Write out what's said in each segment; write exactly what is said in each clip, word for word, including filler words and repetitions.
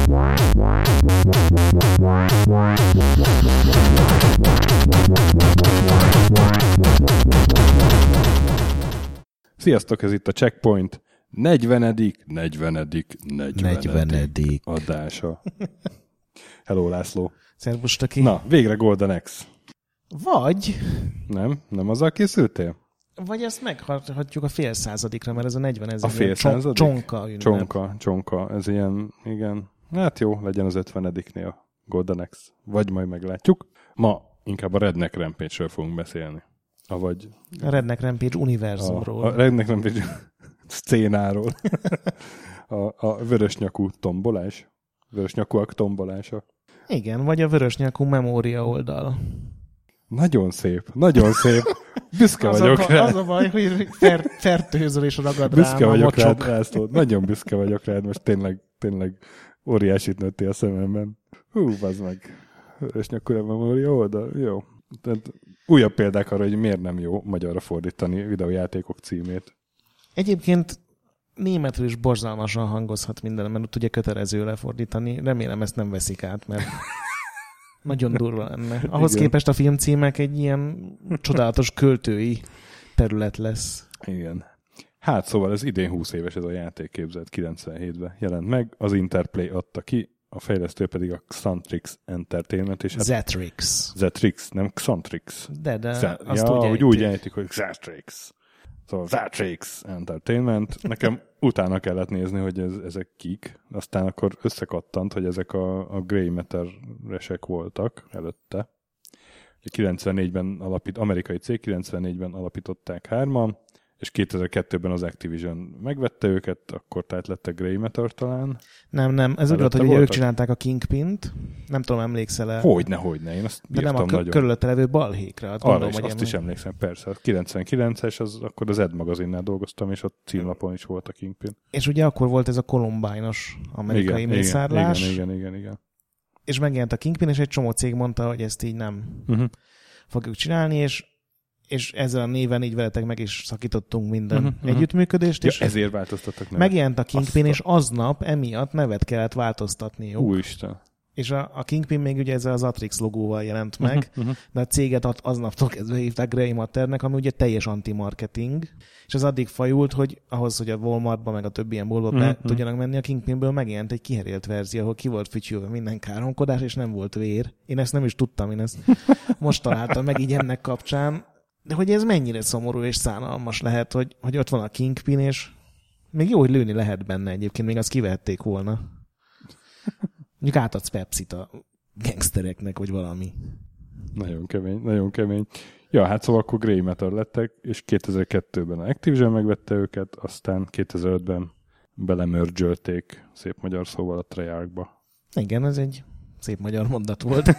Sziasztok, ez itt a Checkpoint negyvenedik, negyvenedik, negyvenedik adása. Hello, László. Szervusz, Taki. Na, végre Golden Axe. Vagy... Nem? Nem azzal készültél? Vagy ezt meghagyjuk a fél századikra, mert ez a negyven, ez a fél századik? Csonka ünnep. Csonka, csonka. Ez ilyen, igen. Hát jó, legyen az ötvenediknél Golden Axe. Vagy majd meglátjuk. Ma inkább a Redneck Rampage-ről fogunk beszélni. Avagy... A Redneck Rampage univerzumról. A, a Redneck Rampage szcénáról. a, a vörösnyakú tombolás. Vörösnyakúak tombolása. Igen, vagy a vörösnyakú memória oldal. Nagyon szép, nagyon szép. Büszke az vagyok a, rád. Az a baj, hogy fer, fertőzöl és ragad büszke rám vagyok a rád, László. Nagyon büszke vagyok rád, most tényleg, tényleg óriásit nőttél a szememben. Hú, bazd meg. Vörösnyakú memória oldal. Jó. Tehát újabb példák arra, hogy miért nem jó magyarra fordítani videójátékok címét. Egyébként németül is borzalmasan hangozhat minden, mert ott ugye kötelező lefordítani. Remélem ezt nem veszik át, mert nagyon durva lenne. Ahhoz Igen. képest a filmcímek egy ilyen csodálatos költői terület lesz. Igen. Hát szóval ez idén húsz éves ez a játék, képzelt, kilencvenhétben jelent meg. Az Interplay adta ki, a fejlesztő pedig a Xantrix Entertainment. És hát Zetrix. Zetrix, nem Xantrix. De, de Z- azt ja, úgy ejtik. úgy ejtik, hogy Zetrix. Szóval Zetrix Entertainment. Nekem utána kellett nézni, hogy ez, ezek kik. Aztán akkor összekattant, hogy ezek a, a Grey Matter-resek voltak előtte. kilencvennégyben alapít, amerikai cég, kilencvennégyben alapították hárman, és kétezer-kettőben az Activision megvette őket, akkor tehát lettek Grey Matter talán. Nem, nem, ez úgy volt, hogy ők csinálták a Kingpint, nem tudom, emlékszel-e? Hogyne, hogyne, én azt de nem a nagyon. körülötte levő balhékra. Hát arra gondolom, is, azt is emlékszem, persze. A kilencvenkilences, az, akkor az Ed magazinnál dolgoztam, és a címlapon is volt a Kingpin. És ugye akkor volt ez a Columbine-os amerikai igen, mészárlás. Igen, igen, igen, igen. És megjelent a Kingpin, és egy csomó cég mondta, hogy ezt így nem uh-huh. fogjuk csinálni, és és ezzel a néven így veletek meg is szakítottunk minden uh-huh, együttműködést. Ja, és ezért változtattak nevet. Megjelent a Kingpin, Aztán. És aznap emiatt nevet kellett változtatni. Úristen. És a, a Kingpin még ugye ezzel az Atrix logóval jelent meg, uh-huh, uh-huh. de a céget aznaptól kezdve hívták Grey Matternek, ami ugye teljes anti-marketing. És az addig fajult, hogy ahhoz, hogy a Walmartba meg a többi ilyen boltba uh-huh, be uh-huh. tudjanak menni, a Kingpinből megjelent egy kiherélt verzió, ahol ki volt fütyülve minden káromkodás, és nem volt vér. Én ezt nem is tudtam, én ezt most találtam meg így ennek kapcsán. De hogy ez mennyire szomorú és szánalmas lehet, hogy, hogy ott van a Kingpin, és még jó, hogy lőni lehet benne egyébként, még azt kivehették volna. Mondjuk átadsz Pepsit a gangstereknek, vagy valami. Nagyon kemény, nagyon kemény. Ja, hát szóval akkor Grey Matter lettek, és kétezer-kettőben a Activision megvette őket, aztán kétezer-ötben belemörgyölték, szép magyar szóval, a Treyarchba. Igen, ez egy szép magyar mondat volt.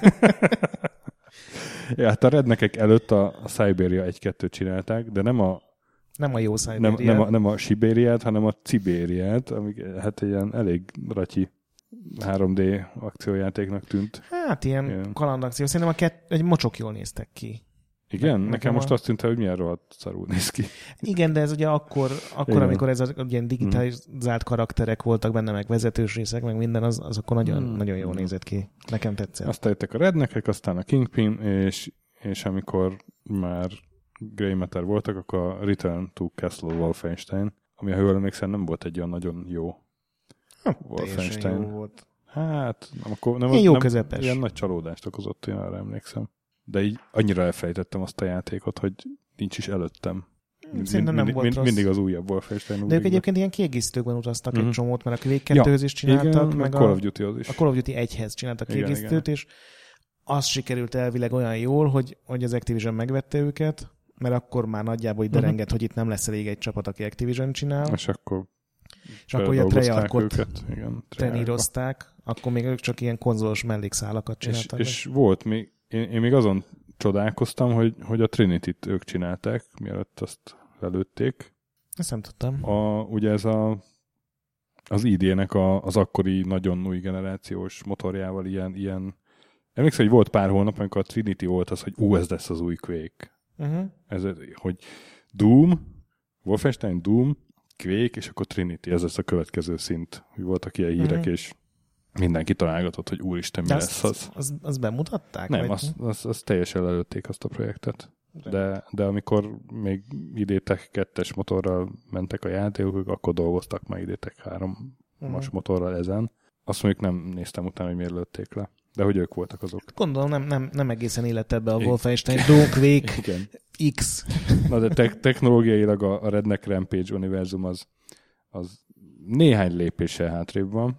Ja, hát a rednekek előtt a, a Siberia egy-kettőt csinálták, de nem a nem a jó Sibériát. Nem, nem, a, nem a Sibériát, hanem a Cibériát, ami hát ilyen elég ratyi három dé akciójátéknak tűnt. Hát ilyen, ilyen. kalandakció. Szerintem a kett, egy mocsok jól néztek ki. Igen? Nekem, Nekem most a... azt tűnt, hogy milyen rohadt szarul néz ki. Igen, de ez ugye akkor, akkor amikor ez az ilyen digitalizált karakterek voltak benne, meg vezetős részek, meg minden, az, az akkor nagyon, hmm. nagyon jól nézett ki. Nekem tetszett. Aztán jöttek a rednekek, aztán a Kingpin, és, és amikor már Grey Matter voltak, akkor a Return to Castle Wolfenstein, ami, ha jól emlékszem, nem volt egy olyan nagyon jó ha, Wolfenstein. Jó volt. Hát, nem, akkor, nem, jó nem, közepes. Ilyen nagy csalódást okozott, én arra emlékszem. De így annyira elfelejtettem azt a játékot, hogy nincs is előttem. Szerintem nem mind, volt mind, rossz. Mindig az újabb Wolfenstein. De ők egyébként ilyen kiegészítőkben utaztak mm-hmm. egy csomót, mert a Quake kettőhöz is csináltak. Igen, meg Call of Duty-hoz is. A Call of Duty egyhez csináltak kiegészítőt, és az sikerült elvileg olyan jól, hogy, hogy az Activision megvette őket, mert akkor már nagyjából így derengett, uh-huh. hogy itt nem lesz elég egy csapat, aki Activision csinál. És akkor és akkor a Treyarchot trenírozták, akkor még ők csak ilyen konzolos mellékszálakat csináltak. És, és volt még, én, én még azon csodálkoztam, hogy, hogy a Trinity-t ők csinálták, mielőtt azt lelőtték. Ezt nem tudtam. A, ugye ez a, az i dé-nek a, az akkori nagyon új generációs motorjával ilyen, ilyen emlékszem, hogy volt pár hónap, amikor a Trinity volt az, hogy ú, ez lesz az új Quake. Uh-huh. Ez, hogy Doom, Wolfenstein, Doom, Quake, és akkor Trinity, ez lesz a következő szint. Voltak ilyen hírek, uh-huh. és mindenki találgatott, hogy úristen, mi de lesz azt, az. Az, az bemutatták? Nem, vagy? azt, azt, azt teljesen lelőtték azt a projektet. De, de amikor még idétek kettes motorral mentek a játékok, akkor dolgoztak már idétek három uh-huh. mas motorral ezen. Azt mondjuk nem néztem utána, hogy miért lőtték le. De hogy ők voltak azok. Gondolom nem, nem, nem egészen illett ebbe a Wolfenstein Dawn Quake X. Na de te- technológiailag a, a Redneck Rampage univerzum az, az néhány lépéssel hátrébb van.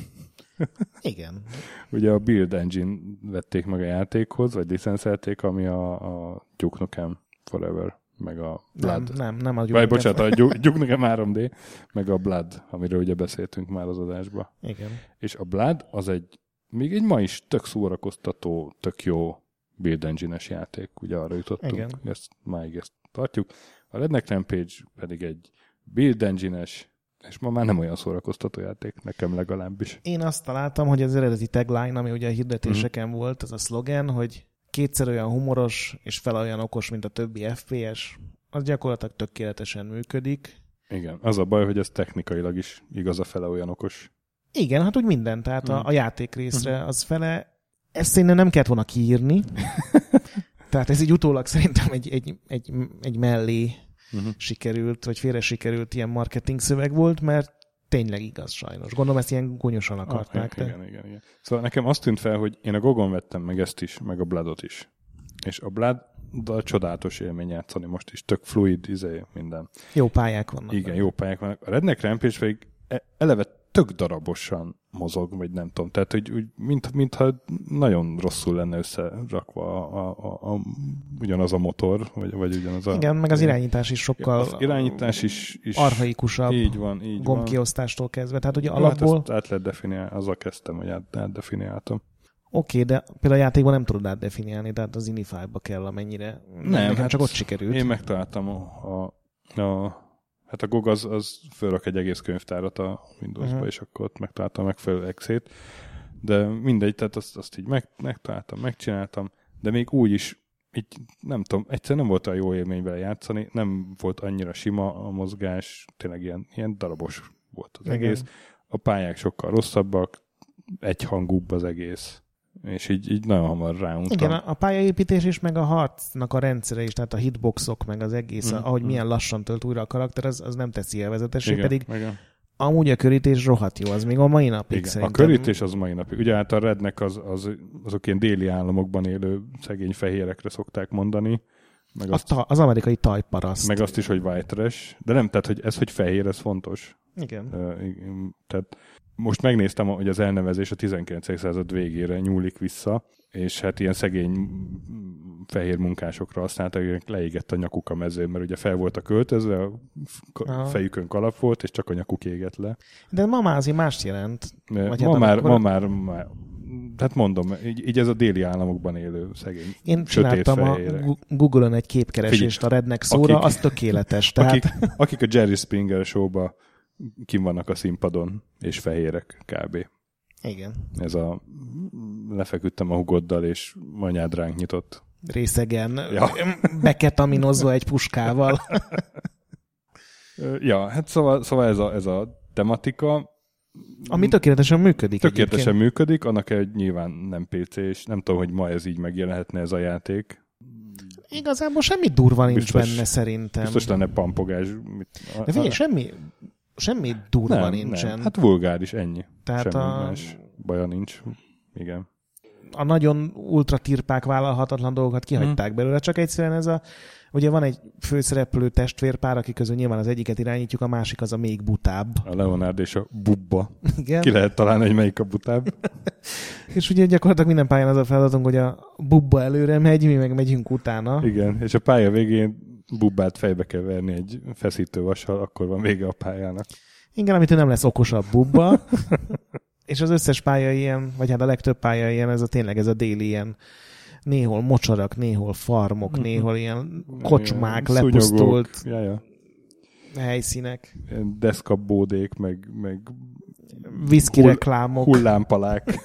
Igen. Ugye a Build Engine vették meg a játékhoz, vagy licenszelték, ami a, a Duke Nukem Forever, meg a Blood. Nem, nem, nem a Duke Nukem. Bocsánat, a Duke Nukem három dé, meg a Blood, amiről ugye beszéltünk már az adásban. Igen. És a Blood az egy, még egy ma is tök szórakoztató, tök jó Build Engine-es játék, ugye arra jutottunk. Igen. Ezt máig ezt tartjuk. A Redneck Rampage pedig egy Build Engine-es, és ma már nem olyan szórakoztató játék, nekem legalábbis. Én azt találtam, hogy az eredeti tagline, ami ugye a hirdetéseken mm. volt, az a szlogen, hogy kétszer olyan humoros és fel olyan okos, mint a többi ef pé es, az gyakorlatilag tökéletesen működik. Igen, az a baj, hogy ez technikailag is igaz a fele olyan okos. Igen, hát úgy minden, tehát mm. a, a játék részre mm. az fele, ezt szerintem nem kellett volna kiírni, tehát ez így utólag szerintem egy, egy, egy, egy mellé uh-huh. sikerült, vagy félre sikerült ilyen marketing szöveg volt, mert tényleg igaz sajnos. Gondolom ezt ilyen gonyosan akarták. Ah, igen, igen, igen. Szóval nekem azt tűnt fel, hogy én a Gogon vettem meg ezt is, meg a Bloodot is. És a Blood-dal csodálatos élmény játszani most is. Tök fluid, izé, minden. Jó pályák vannak. Igen, benne. Jó pályák vannak. A Redneck Rampage pedig eleve tök darabosan mozog, vagy nem tudom. Tehát, hogy úgy, mint, mintha nagyon rosszul lenne összerakva a, a, a, ugyanaz a motor, vagy, vagy ugyanaz a... Igen, meg az irányítás is sokkal az irányítás is, is archaikusabb. Így van, így gombkiosztástól kezdve. Tehát ugye ja, alapból... Hát át lehet definiálni, azzal kezdtem, hogy át, átdefiniáltam. Oké, okay, de például a játékban nem tudod átdefiniálni, tehát az Inify-ba kell amennyire. Nem, nekem hát csak ott sikerült. Én megtaláltam a, a, a hát a gé o gé az, az fölrak egy egész könyvtárat a Windowsba, uh-huh. és akkor ott megtaláltam a megfelelő exét. De mindegy, tehát azt, azt így meg, megtaláltam, megcsináltam, de még úgy is, így nem tudom, egyszer nem volt olyan jó élmény vele játszani, nem volt annyira sima a mozgás, tényleg ilyen, ilyen darabos volt az Igen. egész. A pályák sokkal rosszabbak, egyhangúbb az egész. És így, így nagyon hamar ráuntam. Igen, a pályaépítés is, meg a harcnak a rendszere is, tehát a hitboxok, meg az egész, mm, ahogy mm. milyen lassan tölt újra a karakter, az, az nem teszi élvezetessé, igen, pedig igen. amúgy a körítés rohadt jó, az még a mai napig igen, szerintem. a körítés az mai napig. Ugye hát a Redneck az, az, azok ilyen déli államokban élő szegény fehérekre szokták mondani. Meg azt, ta, az amerikai tajparaszt. Meg azt is, hogy white trash, de nem, tehát hogy ez, hogy fehér, ez fontos. Igen. Uh, tehát most megnéztem, hogy az elnevezés a tizenkilencedik század végére nyúlik vissza, és hát ilyen szegény fehér munkásokra használták, leégett a nyakuk a mezőn, mert ugye fel volt a költözve, a fejükön kalap volt, és csak a nyakuk égett le. De ma már azért mást jelent. Vagy ma, hát már, ma már, már, hát mondom, így, így ez a déli államokban élő szegény. Én csináltam a Google-on egy képkeresést Figyelj, a Redneck szóra, akik, az tökéletes. Tehát... Akik, akik a Jerry Springer show-ba kim vannak a színpadon, és fehérek kb. Igen. Ez a lefeküdtem a hugoddal, és anyád ránk nyitott. Részegen, ja. beketaminozva egy puskával. ja, hát szóval, szóval ez, a, ez a tematika. Ami tökéletesen működik. Tökéletesen egyébként. működik, annak egy nyilván nem pé cé, és nem tudom, hogy ma ez így megjelenhetne ez a játék. Igazából semmi durva nincs biztos, benne szerintem. Biztos lenne pampogás. De figyelj, semmi... Semmi durva nem, nincsen. Nem. Hát vulgáris, ennyi. Tehát semmi a... más baja nincs. Igen. A nagyon ultratirpák vállalhatatlan dolgokat kihagyták hmm. belőle, csak egyszerűen ez a... Ugye van egy főszereplő testvérpár, akik közül nyilván az egyiket irányítjuk, a másik az a még butább. A Leonard és a Bubba. Igen. Ki lehet találni, hogy melyik a butább. És ugye gyakorlatilag minden pályán az a feladatunk, hogy a Bubba előre megy, mi meg megyünk utána. Igen, és a pálya végén Bubbát fejbe kell verni egy feszítővassal, akkor van vége a pályának. Igen, amitől nem lesz okosabb Bubba. És az összes pálya ilyen, vagy hát a legtöbb pálya ilyen, ez a tényleg ez a déli ilyen, néhol mocsarak, néhol farmok, mm-hmm. néhol ilyen kocsmák, ilyen lepusztult ja, ja. helyszínek. Deszkabódék, meg, meg viszki hull, reklámok. Hullámpalák.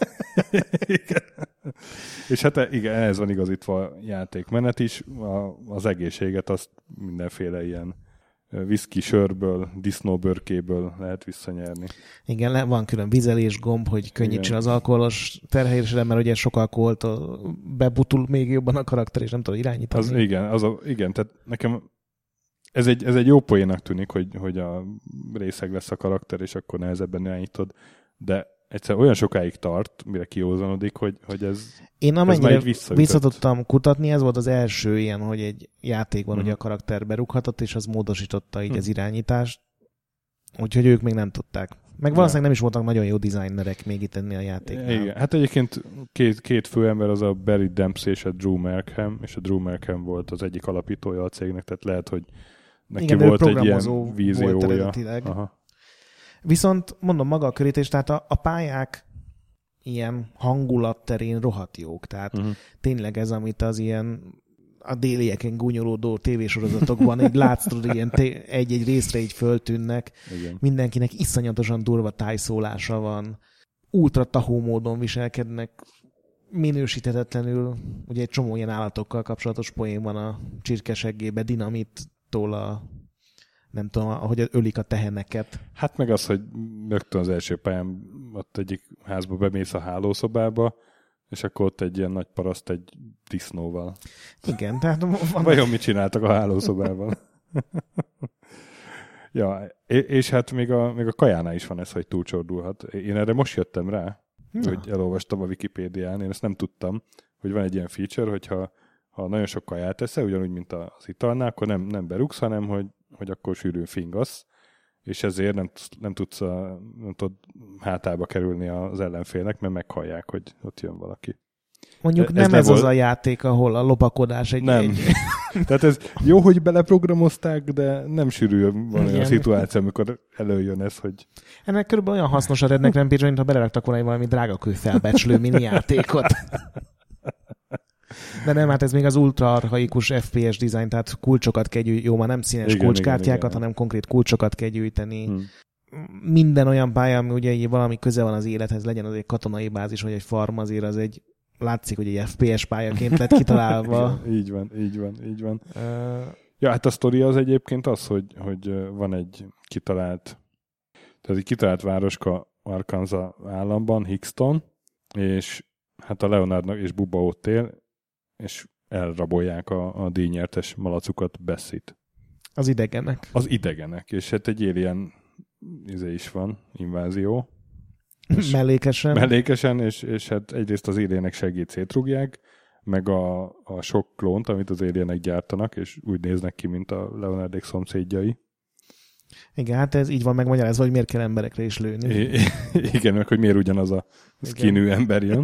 És hát igen, ez van igazítva a játékmenet is. A, az egészséget azt mindenféle ilyen whisky sörből, disznóbőrkéből lehet visszanyerni. Igen, van külön vizelés gomb, hogy könnyítsen az alkoholos terhelésre, mert ugye sok alkoholt bebutul még jobban a karakter, és nem tudod irányítani. Az, igen, az a, igen, tehát nekem ez egy, ez egy jó poénnak tűnik, hogy, hogy a részeg lesz a karakter, és akkor nehezebben irányítod, de egyszer olyan sokáig tart, mire kiózanodik, hogy, hogy ez Én amennyire visszatudtam kutatni, ez volt az első ilyen, hogy egy játékban uh-huh. ugye a karakter berúghatott, és az módosította így uh-huh. az irányítást, úgyhogy ők még nem tudták. Meg valószínűleg ja. nem is voltak nagyon jó designerek még itt ennél a játéknál. Igen, hát egyébként két, két főember, az a Barry Dempsey és a Drew Markham, és a Drew Markham volt az egyik alapítója a cégnek, tehát lehet, hogy neki igen, volt egy ilyen víziója. Aha. Viszont mondom maga a körítés, tehát a, a pályák ilyen hangulat terén rohadt jók. Tehát uh-huh. tényleg ez, amit az ilyen a délieken gúnyolódó tévésorozatokban így látsz, tudod, ilyen té- egy-egy részre így föltűnnek. Igen. Mindenkinek iszonyatosan durva tájszólása van. Ultra tahó módon viselkednek. Minősíthetetlenül. Ugye egy csomó ilyen állatokkal kapcsolatos poén van a csirkeseggébe, dinamittól a nem tudom, ahogy ölik a teheneket. Hát meg az, hogy rögtön az első pályán ott egyik házba bemész a hálószobába, és akkor ott egy ilyen nagy paraszt egy disznóval. Igen, tehát... Van... Vajon mit csináltak a hálószobában? Ja, és hát még a, még a kajánál is van ez, hogy túlcsordulhat. Én erre most jöttem rá, ja. hogy elolvastam a Wikipédián, én ezt nem tudtam, hogy van egy ilyen feature, hogyha ha nagyon sok kaját eszel, ugyanúgy, mint az italnál, akkor nem, nem berúgsz, hanem hogy hogy akkor sűrűn fingasz, és ezért nem, nem tudsz a, nem tud hátába kerülni az ellenfélnek, mert meghallják, hogy ott jön valaki. Mondjuk ez nem ez volt... az a játék, ahol a lopakodás egy... Nem. Egy... Tehát ez jó, hogy beleprogramozták, de nem sűrű van olyan szituáció, amikor előjön ez, hogy... Ennek körülbelül olyan hasznos a Redneck Rampage, mint ha beleraktak volna valami drágakő felbecslő mini játékot. De nem, hát ez még az ultra archaikus ef pé es design, tehát kulcsokat kell gyűjteni, jó, már nem színes igen, kulcskártyákat, igen, igen. hanem konkrét kulcsokat kell gyűjteni. Hmm. Minden olyan pálya, ami ugye valami köze van az élethez, legyen az egy katonai bázis, vagy egy farm, azért az egy, látszik, hogy egy ef pé es pályaként lett kitalálva. Így van, így van, így van. Uh... Ja, hát a sztori az egyébként az, hogy, hogy van egy kitalált, tehát egy kitalált városka Arkansas államban, Hickston, és hát a Leonardnak és Bubba ott él, és elrabolják a, a díjnyertes malacukat, Bessit. Az idegenek. Az idegenek, és hát egy alien izé is van, invázió. Mellékesen. Mellékesen, és, és hát egyrészt az alienek segít szétrugják, meg a, a sok klónt, amit az alienek gyártanak, és úgy néznek ki, mint a Leonardék szomszédjai. Igen, hát ez így van megmagyarázva, hogy miért kell emberekre is lőni. I- igen, meg hogy miért ugyanaz a skinű ember jön.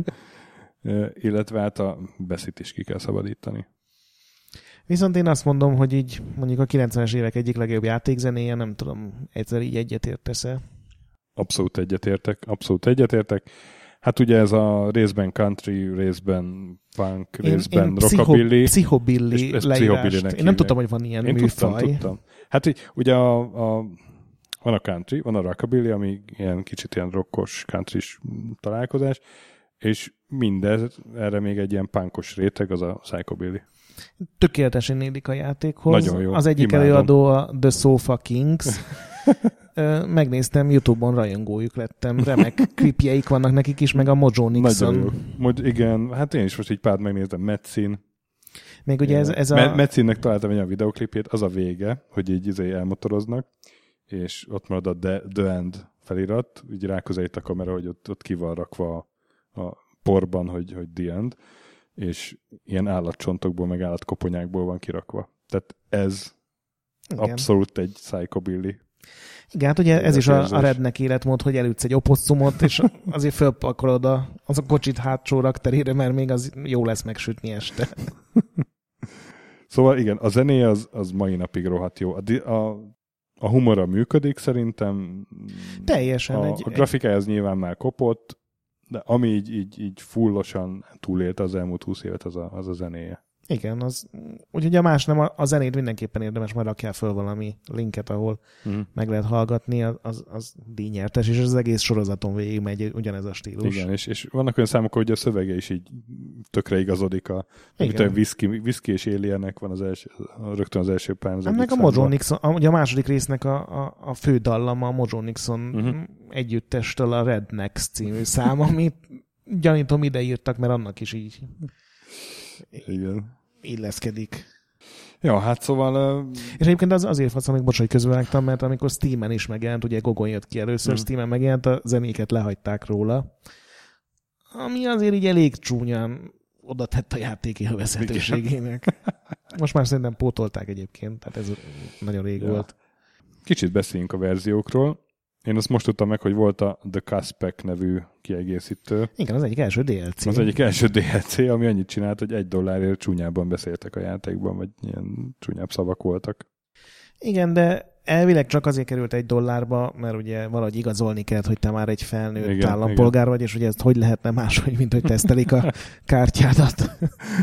Illetve hát a Bessit is ki kell szabadítani. Viszont én azt mondom, hogy így mondjuk a kilencvenes évek egyik legjobb játékzenéje, nem tudom, egyszer így egyetértesz-e? Abszolút egyetértek, abszolút egyetértek. Hát ugye ez a részben country, részben punk, én, részben én rockabilly. Pszichobilly leírást. Én nem tudtam, hogy van ilyen én műfaj. Tudtam, tudtam. Hát ugye a, a, van a country, van a rockabilly, ami ilyen kicsit ilyen rockos country-s találkozás, és mindez, erre még egy ilyen punkos réteg, az a psychobilly. Tökéletesen illik a játékhoz. Nagyon jó. Az egyik imádom. Előadó a The Sofa Kings. Megnéztem, YouTube-on rajongójuk lettem. Remek klipjeik vannak nekik is, meg a Mojo Nixon. Nagyon jó. Mod, igen, hát én is most így párt megnéztem. Metzin. Még ugye ez, ez a... Metzinnek találtam egy olyan videoklipjét, az a vége, hogy így izé elmotoroznak, és ott marad a The, The End felirat, így ráközelít a kamera, hogy ott, ott ki van rakva a porban, hogy, hogy The End, és ilyen állatcsontokból, meg állatkoponyákból van kirakva. Tehát ez igen. Abszolút egy psychobilly. Igen, hát ugye ez is a, a redneck életmód, hogy elütsz egy oposszumot, és azért fölpakolod a, az a kocsit hátsó rakterére, mert még az jó lesz megsütni este. Szóval igen, a zenéje az, az mai napig rohadt jó. A, a, a humora működik szerintem. Teljesen. A, egy, a grafikája az nyilván már kopott, de ami így, így, így fullosan túlélte az elmúlt húsz évet, az a, az a zenéje. Igen, az, úgyhogy a más nem, a, a zenét mindenképpen érdemes, majd rakjál föl valami linket, ahol mm. meg lehet hallgatni, az, az, az díjnyertes, és az egész sorozaton végig megy ugyanez a stílus. Igen, és, és vannak olyan számok, hogy a szövege is így tökre igazodik, a whisky, whisky és Alienek van az első, rögtön az első pár. Az ennek a Mojo Nixon, a, ugye a második résznek a, a, a fő dallama a Mojo Nixon uh-huh. együttestől a Rednecks című szám, amit gyanítom ide írtak, mert annak is így igen. illeszkedik. Ja, hát szóval... Uh... És egyébként az azért fasz, amíg bocs, hogy közülvágtam, mert amikor Steamen is megjelent, ugye Gogon jött ki először, mm. Steamen megjelent, a zenéket lehagyták róla, ami azért így elég csúnyán oda tett a játék élvezhetőségének. Most már szerintem pótolták egyébként, tehát ez nagyon rég ja. volt. Kicsit beszéljünk a verziókról. Én azt most tudtam meg, hogy volt a The Caspec nevű kiegészítő. Igen, az egyik első dé el cé. Az egyik első dé el cé, ami annyit csinált, hogy egy dollárért csúnyában beszéltek a játékban, vagy ilyen csúnyább szavak voltak. Igen, de elvileg csak azért került egy dollárba, mert ugye valahogy igazolni kellett, hogy te már egy felnőtt igen, állampolgár igen. vagy, és ugye ezt hogy lehetne máshogy, mint hogy tesztelik a kártyádat.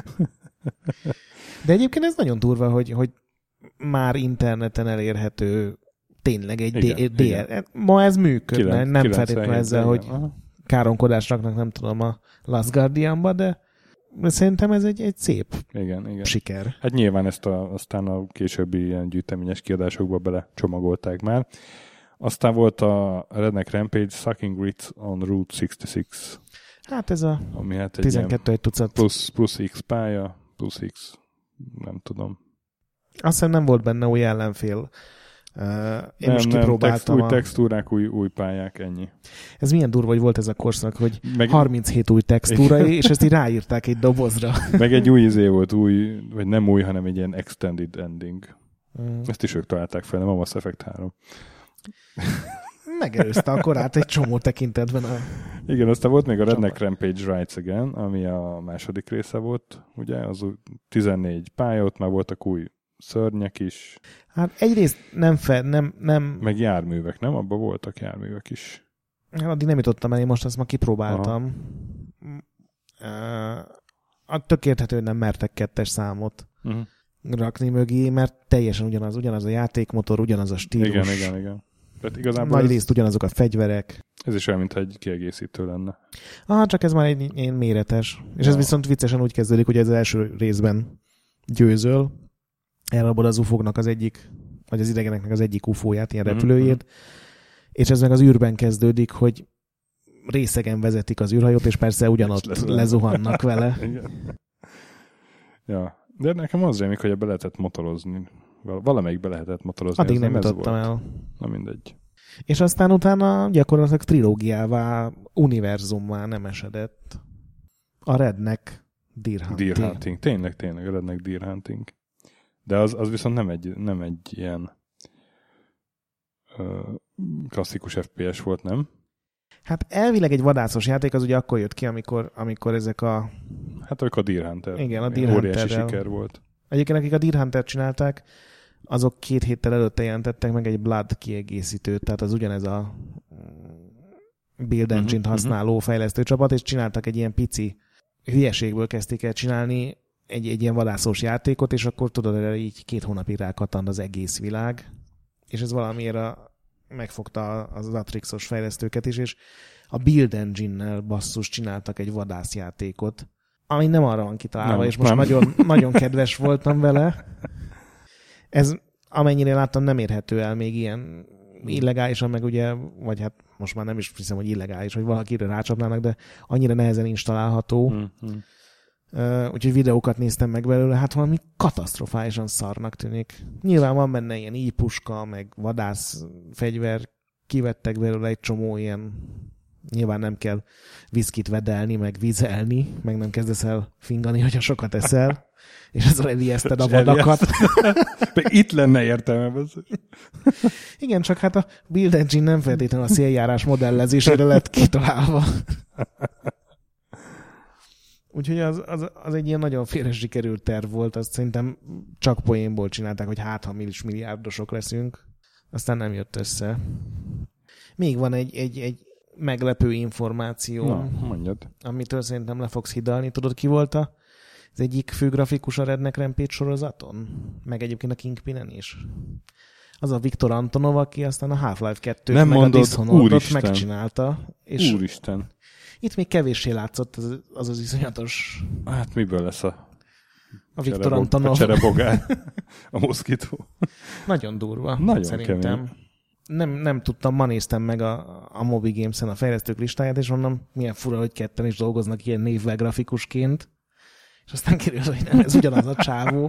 De egyébként ez nagyon durva, hogy, hogy már interneten elérhető tényleg egy igen, dé el. Igen. Ma ez működne, kilenc, nem feltétlenül ezzel, hogy káromkodás raknak, nem tudom, a Last Guardianba, de szerintem ez egy, egy szép igen, igen. siker. Hát nyilván ezt a, aztán a későbbi ilyen gyűjteményes kiadásokba bele csomagolták már. Aztán volt a Redneck Rampage Sucking Grits on Route százhatvanhat. Hát ez a ami hát egy tizenkettő egy tucat. Plusz, plusz X pálya, plusz X, nem tudom. Azt hiszem nem volt benne új ellenfél. Uh, én nem, most kipróbáltam. Text, új a... textúrák, új, új pályák, ennyi. Ez milyen durva, hogy volt ez a korszak, hogy Meg... harminchét új textúra, és ezt így ráírták egy dobozra. Meg egy új izé volt, új, vagy nem új, hanem egy ilyen extended ending. Mm. Ezt is ők találták fel, nem a Mass Effect három. Megelőzte a korát egy csomó tekintetben. A... Igen, aztán volt még a Redneck Rampage Rides Again, ami a második része volt, ugye, az tizennégy pálya, ott már voltak új szörnyek is. Hát egyrészt nem fel, nem, nem... Meg járművek, nem? Abban voltak járművek is. Hát addig nem jutottam el, én most ezt ma kipróbáltam. Uh, tök érthető, hogy nem mertek kettes számot uh-huh. rakni mögé, mert teljesen ugyanaz, ugyanaz a játékmotor, ugyanaz a stílus. Igen, igen, igen. Tehát igazából nagy ez, részt ugyanazok a fegyverek. Ez is olyan, mintha egy kiegészítő lenne. Ah, csak ez már egy ilyen méretes. És ja. ez viszont viccesen úgy kezdődik, hogy ez az első részben győzöl, elrabod az ufóknak az egyik, vagy az idegeneknek az egyik ufóját, ilyen repülőjét, mm-hmm. és ez meg az űrben kezdődik, hogy részegen vezetik az űrhajót, és persze ugyanott lezuhannak vele. Ja, de nekem az rémik, hogy be lehetett motorozni. Valamelyik be lehetett motorozni. Addig nem jutottam el. Na mindegy. És aztán utána gyakorlatilag trilógiává, univerzummá nem esedett. A Redneck Deer Hunting. Deer Hunting. Tényleg, tényleg, a Redneck Deer Hunting. De az, az viszont nem egy, nem egy ilyen ö, klasszikus ef pé es volt, nem? Hát elvileg egy vadászos játék az ugye akkor jött ki, amikor, amikor ezek a... Hát akkor a Deer Hunter. Igen, a Deer Hunterrel. Óriási siker volt. Egyébként akik a Deer Hunter csinálták, azok két héttel előtte jelentettek meg egy Blood kiegészítőt, tehát az ugyanez a Build Engine-t uh-huh, használó uh-huh. fejlesztőcsapat, és csináltak egy ilyen pici hülyeségből kezdték el csinálni egy, egy ilyen vadászós játékot, és akkor tudod, erre így két hónapig rákattant az egész világ, és ez valamiért a, megfogta az Atrixos fejlesztőket is, és a Build Engine-nel basszus csináltak egy vadászjátékot, ami nem arra van kitalálva, nem, és most nagyon, nagyon kedves voltam vele. Ez, amennyire láttam, nem érhető el még ilyen illegálisan, meg ugye, vagy hát most már nem is hiszem, hogy illegális, hogy valakire rácsapnának, de annyira nehezen installálható. Mm-hmm. Uh, úgyhogy videókat néztem meg belőle, hát valami katasztrofálisan szarnak tűnik. Nyilván van benne ilyen ípuska, meg vadász fegyver, kivettek belőle egy csomó ilyen, nyilván nem kell viszkit vedelni, meg vizelni, meg nem kezdesz el fingani, hogyha sokat eszel, és ezzel elijeszted a vadakat. Itt lenne értelme. Igen, csak hát a Build Engine nem feltétlenül a széljárás modellezésére lett kitalálva. Úgyhogy az, az, az egy ilyen nagyon félre sikerült terv volt, azt szerintem csak poénból csinálták, hogy hát, ha mi is milliárdosok leszünk. Aztán nem jött össze. Még van egy, egy, egy meglepő információ, na, mondjad. Amitől szerintem le fogsz hidalni. Tudod, ki volt a az egyik fő grafikus a Redneck Rampage sorozaton, meg egyébként a Kingpinen is. Az a Viktor Antonov, aki aztán a Half-Life kettőt nem meg mondod, a Dishonored-ot úristen. megcsinálta. És Úristen. itt még kevéssé látszott az az, az iszonyatos... Hát miből lesz a, a Viktor cserebog, Antonov. a cserebogár, a moszkító? Nagyon durva, Nagyon szerintem. kemény. Nem, nem tudtam, ma néztem meg a, a Moby Games-en a fejlesztők listáját, és mondom, milyen fura, hogy ketten is dolgoznak ilyen névvel grafikusként. És aztán kiderül, hogy nem, ez ugyanaz a csávó.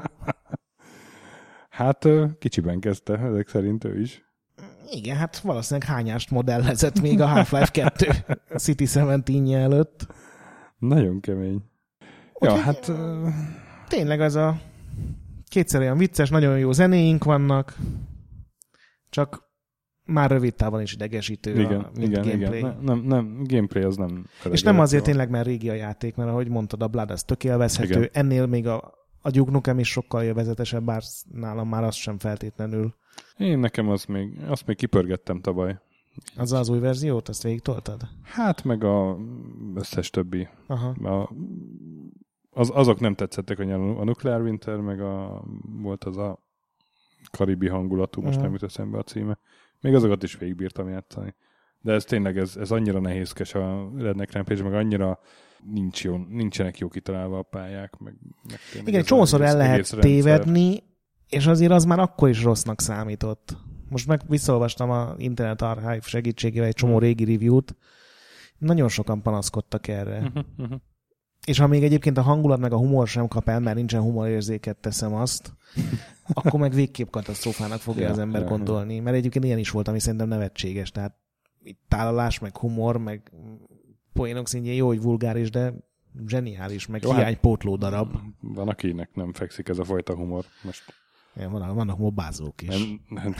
Hát kicsiben kezdte, ezek szerint ő is. Igen, hát valószínűleg hányást modellezett még a Half-Life kettő City tizenkilenc előtt. Nagyon kemény. Úgy, ja, hát... Tényleg az a kétszer olyan vicces, nagyon jó zenéink vannak, csak már rövid távon is idegesítő igen, a mint igen, gameplay. igen. Nem, nem, gameplay az nem... És nem azért tényleg, mert régi a játék, mert ahogy mondtad, a Blood az tök élvezhető, igen. ennél még a, a Duke Nukem is sokkal élvezetesebb, bár nálam már az sem feltétlenül. Én nekem azt még, azt még kipörgettem tavaly. Az az új verziót, azt végig toltad? Hát meg a összes többi. Aha. A, az, azok nem tetszettek, hogy a Nuclear Winter, meg a, volt az a karibi hangulatú, most Aha. nem jut eszembe a címe. Még azokat is végigbírtam játszani. De ez tényleg, ez, ez annyira nehézkes a Redneck Rampage, meg annyira nincs jó, nincsenek jó kitalálva a pályák. Meg, meg Igen, csomószor el lehet tévedni, és azért az már akkor is rossznak számított. Most meg visszaolvastam a Internet Archive segítségével egy csomó régi review-t. Nagyon sokan panaszkodtak erre. Uh-huh, uh-huh. És ha még egyébként a hangulat meg a humor sem kap el, mert nincsen humorérzéket, teszem azt, akkor meg végképp katasztrófának fogja ja, az ember ja, gondolni. Mert egyébként ilyen is volt, ami szerintem nevetséges. Tehát itt tálalás, meg humor, meg poénok szintjén jó, hogy vulgáris, de zseniális, meg jó, hiánypótló darab. Van, akinek nem fekszik ez a fajta humor. Most Ja, vannak, vannak mobázók is. nem, nem,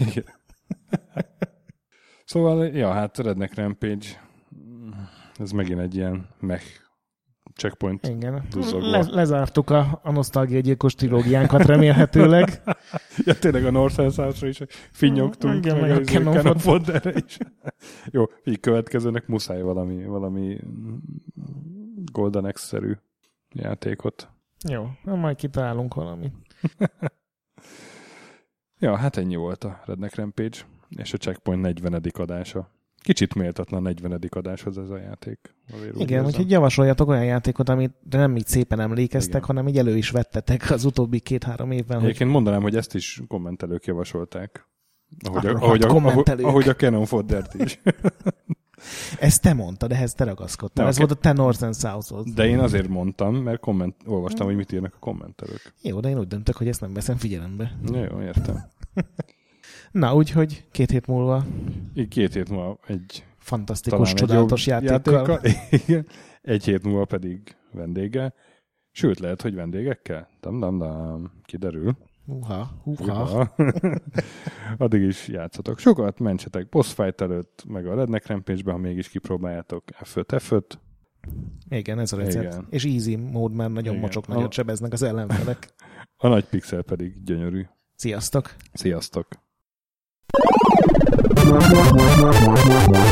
szóval, ja, hát Redneck Rampage, ez megint egy ilyen mech checkpoint. Igen. Le, lezártuk a, a nosztalgiagyilkos trilógiánkat remélhetőleg. Ja, tényleg a North and South-ra is finnyogtunk, igen, meg meg a a Cannon Cannon Fodderre is. Jó, így következőnek muszáj valami, valami Golden Axe-szerű játékot. Jó, majd kitalálunk valamit. Ja, hát ennyi volt a Redneck Rampage, és a Checkpoint negyvenedik adása. Kicsit méltatlan negyvenedik adáshoz ez a játék. Igen, úgyhogy javasoljatok olyan játékot, amit de nem így szépen emlékeztek, igen, hanem így elő is vettetek az utóbbi két-három évben. Egyébként hogy... mondanám, hogy ezt is kommentelők javasolták. Ahogy a, ah, ahogy a, kommentelők. ahogy a Cannon Foddert is. Ezt te mondtad, ehhez te ragaszkodtál. Ez volt a te North and South-hoz. De én azért mondtam, mert komment, olvastam, hogy mit írnak a kommentelők. Jó, de én úgy döntök, hogy ezt nem veszem figyelembe. Ja, jó, értem. Na, úgyhogy két hét múlva... Így két hét múlva egy... Fantasztikus, csodálatos játékkal. játékkal. Igen. Egy hét múlva pedig vendéggel. Sőt, lehet, hogy vendégekkel. Dam-dam-dam. Kiderül. Húha, húha. Addig is játszatok. Sokat mentsetek boss fight előtt, meg a Redneck Rampage-ben, ha mégis kipróbáljátok ef öt ef öt. Igen, ez a recept. Igen. És easy mód, mert nagyon igen, mocsok, nagyon a... sebeznek az ellenfelek. A nagy pixel pedig gyönyörű. Sziasztok! Sziasztok!